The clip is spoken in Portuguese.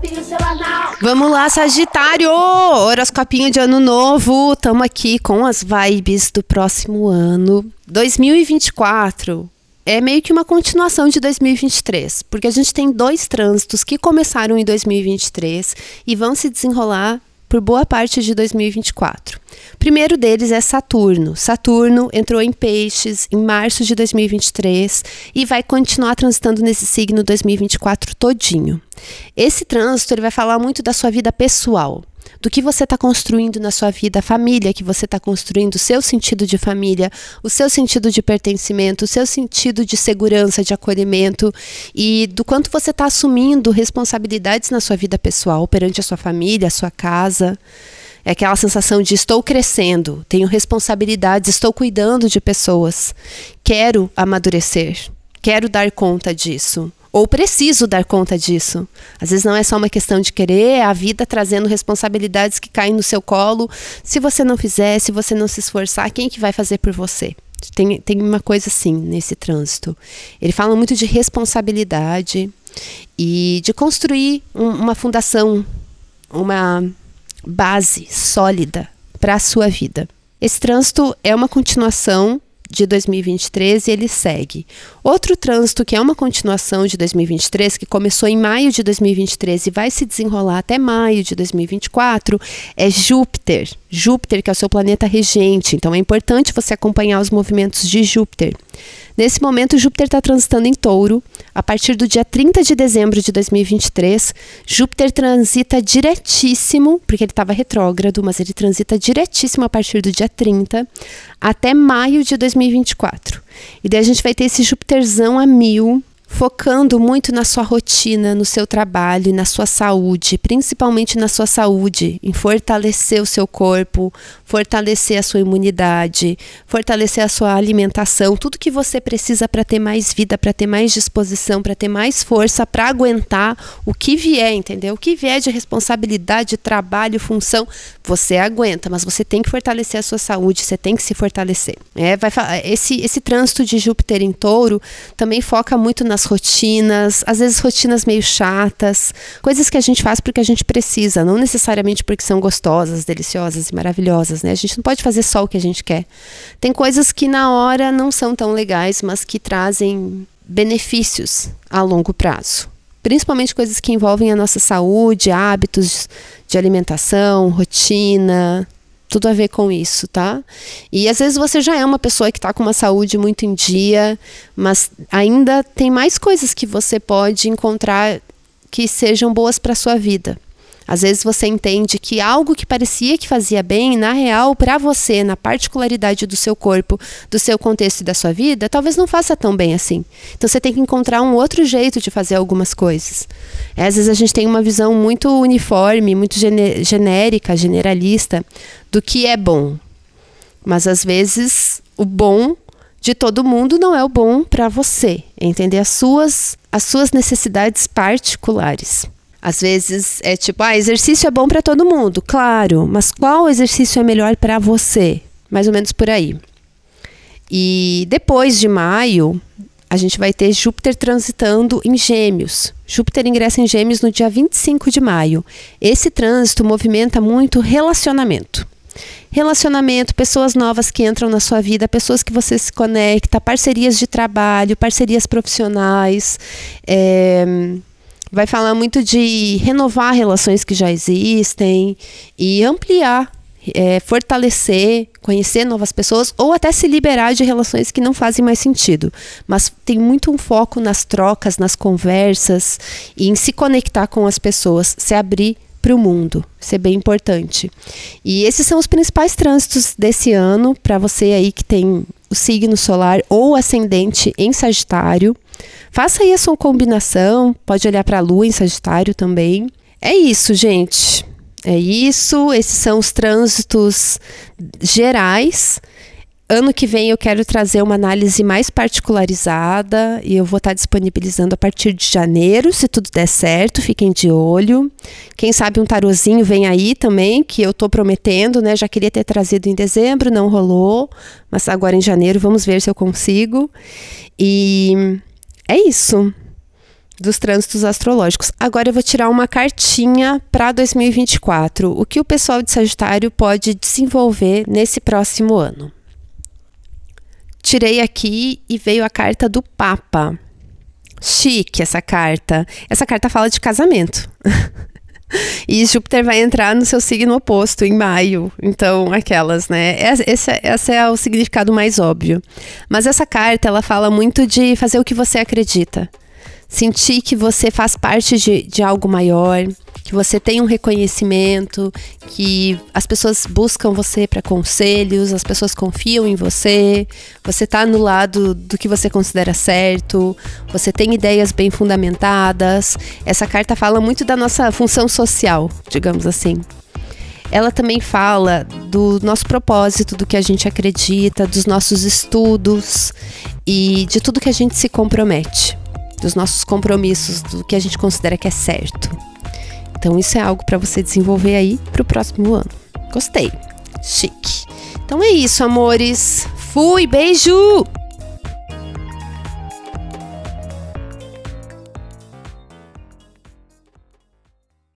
Vamos lá, Sagitário! Horoscopinho de ano novo. Estamos aqui com as vibes do próximo ano. 2024 é meio que uma continuação de 2023, porque a gente tem 2 trânsitos que começaram em 2023 e vão se desenrolar por boa parte de 2024. O primeiro deles é Saturno. Saturno entrou em Peixes em março de 2023 e vai continuar transitando nesse signo 2024 todinho. Esse trânsito ele vai falar muito da sua vida pessoal, do que você está construindo na sua vida, a família que você está construindo, o seu sentido de família, o seu sentido de pertencimento, o seu sentido de segurança, de acolhimento e do quanto você está assumindo responsabilidades na sua vida pessoal, perante a sua família, a sua casa. É aquela sensação de estou crescendo, tenho responsabilidades, estou cuidando de pessoas, quero amadurecer, quero dar conta disso. Ou preciso dar conta disso. Às vezes não é só uma questão de querer, é a vida trazendo responsabilidades que caem no seu colo. Se você não fizer, se você não se esforçar, quem que vai fazer por você? Tem uma coisa assim nesse trânsito. Ele fala muito de responsabilidade e de construir uma fundação, uma base sólida para a sua vida. Esse trânsito é uma continuação de 2023 e ele segue. Outro trânsito que é uma continuação de 2023, que começou em maio de 2023 e vai se desenrolar até maio de 2024, é Júpiter. Júpiter, que é o seu planeta regente. Então é importante você acompanhar os movimentos de Júpiter. Nesse momento, Júpiter está transitando em Touro. A partir do dia 30 de dezembro de 2023, Júpiter transita diretíssimo, porque ele estava retrógrado, mas ele transita diretíssimo a partir do dia 30 até maio de 2024. E daí a gente vai ter esse Júpiterzão a 1000, focando muito na sua rotina, no seu trabalho e na sua saúde, principalmente na sua saúde, em fortalecer o seu corpo, fortalecer a sua imunidade, fortalecer a sua alimentação, tudo que você precisa para ter mais vida, para ter mais disposição, para ter mais força, para aguentar o que vier, entendeu? O que vier de responsabilidade, trabalho, função, você aguenta, mas você tem que fortalecer a sua saúde, você tem que se fortalecer. Esse trânsito de Júpiter em Touro também foca muito nas rotinas, às vezes rotinas meio chatas, coisas que a gente faz porque a gente precisa, não necessariamente porque são gostosas, deliciosas e maravilhosas, né? A gente não pode fazer só o que a gente quer. Tem coisas que na hora não são tão legais, mas que trazem benefícios a longo prazo. Principalmente coisas que envolvem a nossa saúde, hábitos de alimentação, rotina, tudo a ver com isso, tá? E às vezes você já é uma pessoa que está com uma saúde muito em dia, mas ainda tem mais coisas que você pode encontrar que sejam boas para a sua vida. Às vezes você entende que algo que parecia que fazia bem, na real, para você, na particularidade do seu corpo, do seu contexto e da sua vida, talvez não faça tão bem assim. Então você tem que encontrar um outro jeito de fazer algumas coisas. Às vezes a gente tem uma visão muito uniforme, muito genérica, generalista, do que é bom. Mas às vezes o bom de todo mundo não é o bom para você. Entender as suas necessidades particulares. Às vezes é tipo, exercício é bom para todo mundo, claro, mas qual exercício é melhor para você? Mais ou menos por aí. E depois de maio, a gente vai ter Júpiter transitando em Gêmeos. Júpiter ingressa em Gêmeos no dia 25 de maio. Esse trânsito movimenta muito relacionamento. Relacionamento, pessoas novas que entram na sua vida, pessoas que você se conecta, parcerias de trabalho, parcerias profissionais, vai falar muito de renovar relações que já existem e ampliar, fortalecer, conhecer novas pessoas ou até se liberar de relações que não fazem mais sentido. Mas tem muito um foco nas trocas, nas conversas e em se conectar com as pessoas, se abrir para o mundo. Isso é bem importante. E esses são os principais trânsitos desse ano para você aí que tem o signo solar ou ascendente em Sagitário. Faça aí a sua combinação, pode olhar para a Lua em Sagitário também. É isso, gente. É isso, esses são os trânsitos gerais. Ano que vem eu quero trazer uma análise mais particularizada e eu vou estar disponibilizando a partir de janeiro, se tudo der certo, fiquem de olho. Quem sabe um tarozinho vem aí também, que eu estou prometendo, né? Já queria ter trazido em dezembro, não rolou, mas agora em janeiro vamos ver se eu consigo. E é isso. dos trânsitos astrológicos. Agora eu vou tirar uma cartinha para 2024. O que o pessoal de Sagitário pode desenvolver nesse próximo ano? Tirei aqui e veio a carta do Papa. Chique essa carta. Essa carta fala de casamento. E Júpiter vai entrar no seu signo oposto em maio. Então, aquelas, né? Esse é o significado mais óbvio. Mas essa carta, ela fala muito de fazer o que você acredita. Sentir que você faz parte de algo maior, que você tem um reconhecimento, que as pessoas buscam você para conselhos, as pessoas confiam em você, você está no lado do que você considera certo, você tem ideias bem fundamentadas. Essa carta fala muito da nossa função social, digamos assim. Ela também fala do nosso propósito, do que a gente acredita, dos nossos estudos e de tudo que a gente se compromete, dos nossos compromissos, do que a gente considera que é certo. Então isso é algo para você desenvolver aí para o próximo ano. Gostei. Chique. Então é isso, amores. Fui, beijo!